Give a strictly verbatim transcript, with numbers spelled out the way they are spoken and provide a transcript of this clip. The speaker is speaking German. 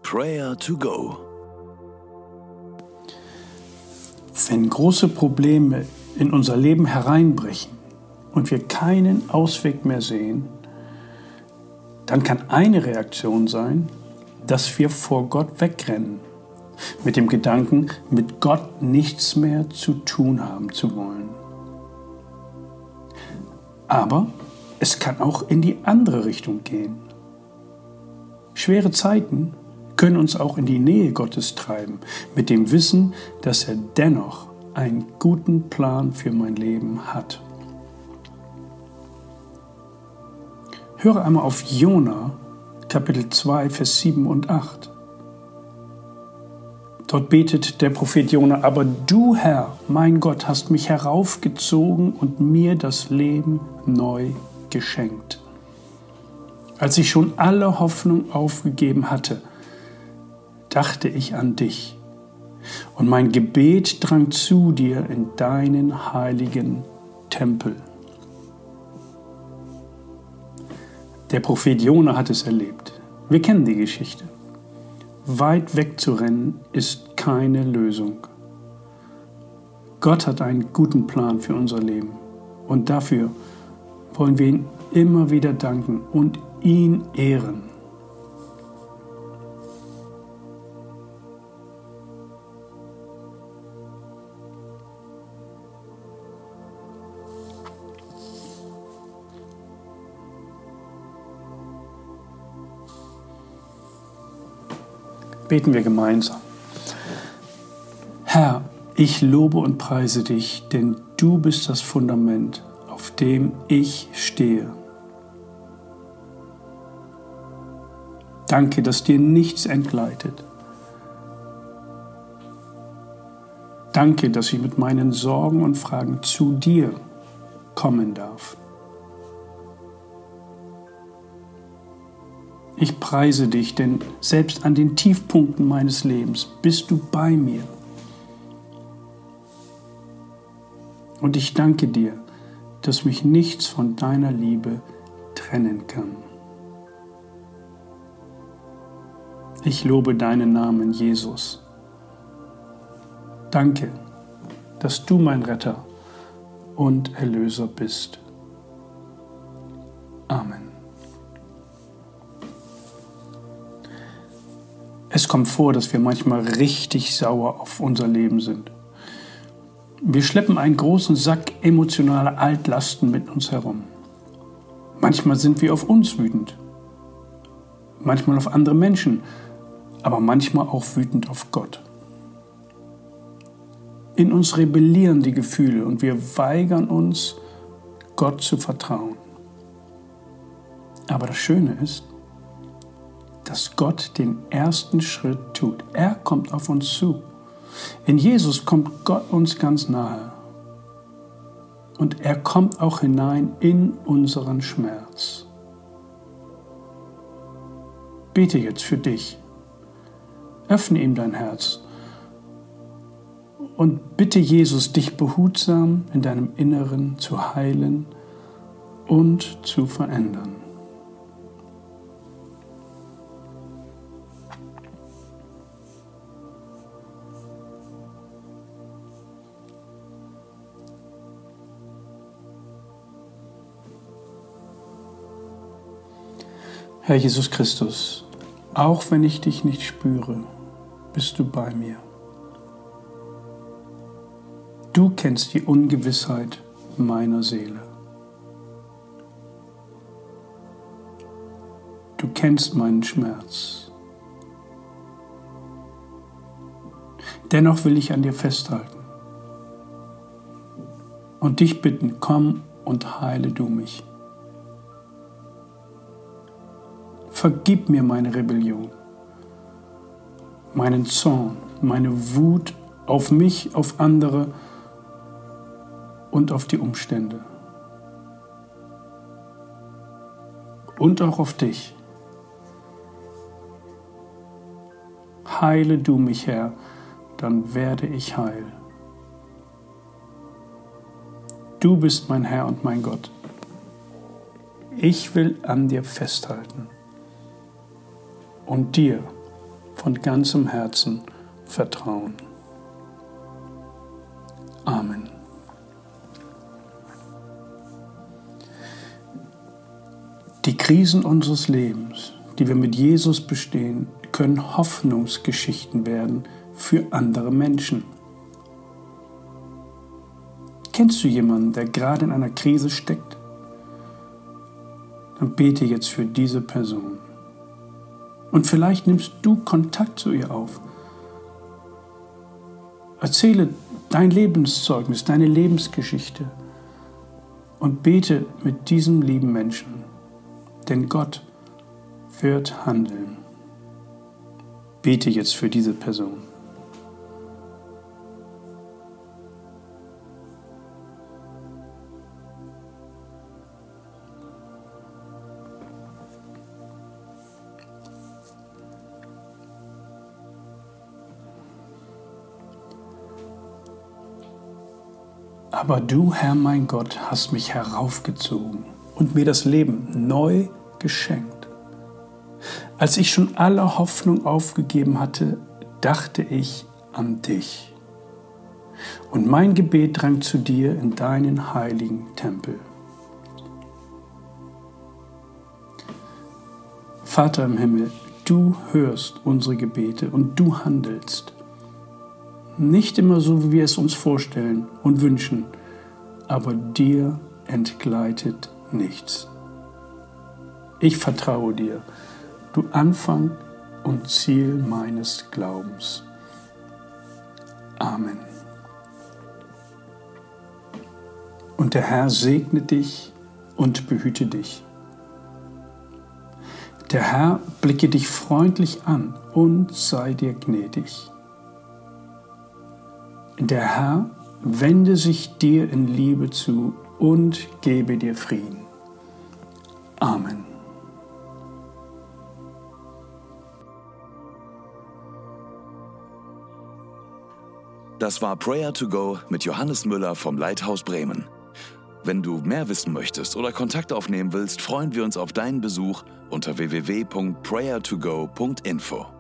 Prayer to Go. Wenn große Probleme in unser Leben hereinbrechen und wir keinen Ausweg mehr sehen, dann kann eine Reaktion sein, dass wir vor Gott wegrennen, mit dem Gedanken, mit Gott nichts mehr zu tun haben zu wollen. Aber es kann auch in die andere Richtung gehen. Schwere Zeiten können uns auch in die Nähe Gottes treiben, mit dem Wissen, dass er dennoch einen guten Plan für mein Leben hat. Höre einmal auf Jona, Kapitel zwei, Vers sieben und acht. Dort betet der Prophet Jona: Aber du, Herr, mein Gott, hast mich heraufgezogen und mir das Leben neu geschenkt. Als ich schon alle Hoffnung aufgegeben hatte, dachte ich an dich, und mein Gebet drang zu dir in deinen heiligen Tempel. Der Prophet Jona hat es erlebt. Wir kennen die Geschichte. Weit wegzurennen ist keine Lösung. Gott hat einen guten Plan für unser Leben. Und dafür wollen wir ihm immer wieder danken und ihn ehren. Beten wir gemeinsam. Herr, ich lobe und preise dich, denn du bist das Fundament, auf dem ich stehe. Danke, dass dir nichts entgleitet. Danke, dass ich mit meinen Sorgen und Fragen zu dir kommen darf. Ich preise dich, denn selbst an den Tiefpunkten meines Lebens bist du bei mir. Und ich danke dir, dass mich nichts von deiner Liebe trennen kann. Ich lobe deinen Namen, Jesus. Danke, dass du mein Retter und Erlöser bist. Amen. Es kommt vor, dass wir manchmal richtig sauer auf unser Leben sind. Wir schleppen einen großen Sack emotionaler Altlasten mit uns herum. Manchmal sind wir auf uns wütend, manchmal auf andere Menschen, aber manchmal auch wütend auf Gott. In uns rebellieren die Gefühle und wir weigern uns, Gott zu vertrauen. Aber das Schöne ist, dass Gott den ersten Schritt tut. Er kommt auf uns zu. In Jesus kommt Gott uns ganz nahe. Und er kommt auch hinein in unseren Schmerz. Bete jetzt für dich. Öffne ihm dein Herz und bitte Jesus, dich behutsam in deinem Inneren zu heilen und zu verändern. Herr Jesus Christus, auch wenn ich dich nicht spüre, bist du bei mir. Du kennst die Ungewissheit meiner Seele. Du kennst meinen Schmerz. Dennoch will ich an dir festhalten und dich bitten, komm und heile du mich. Vergib mir meine Rebellion, meinen Zorn, meine Wut auf mich, auf andere und auf die Umstände. Und auch auf dich. Heile du mich, Herr, dann werde ich heil. Du bist mein Herr und mein Gott. Ich will an dir festhalten und dir von ganzem Herzen vertrauen. Amen. Die Krisen unseres Lebens, die wir mit Jesus bestehen, können Hoffnungsgeschichten werden für andere Menschen. Kennst du jemanden, der gerade in einer Krise steckt? Dann bete jetzt für diese Person. Und vielleicht nimmst du Kontakt zu ihr auf. Erzähle dein Lebenszeugnis, deine Lebensgeschichte und bete mit diesem lieben Menschen, denn Gott wird handeln. Bete jetzt für diese Person. Aber du, Herr mein Gott, hast mich heraufgezogen und mir das Leben neu geschenkt. Als ich schon alle Hoffnung aufgegeben hatte, dachte ich an dich. Und mein Gebet drang zu dir in deinen heiligen Tempel. Vater im Himmel, du hörst unsere Gebete und du handelst. Nicht immer so, wie wir es uns vorstellen und wünschen, aber dir entgleitet nichts. Ich vertraue dir, du Anfang und Ziel meines Glaubens. Amen. Und der Herr segne dich und behüte dich. Der Herr blicke dich freundlich an und sei dir gnädig. Der Herr wende sich dir in Liebe zu und gebe dir Frieden. Amen. Das war Prayer to Go mit Johannes Müller vom Lighthouse Bremen. Wenn du mehr wissen möchtest oder Kontakt aufnehmen willst, freuen wir uns auf deinen Besuch unter w w w punkt prayer to go punkt info.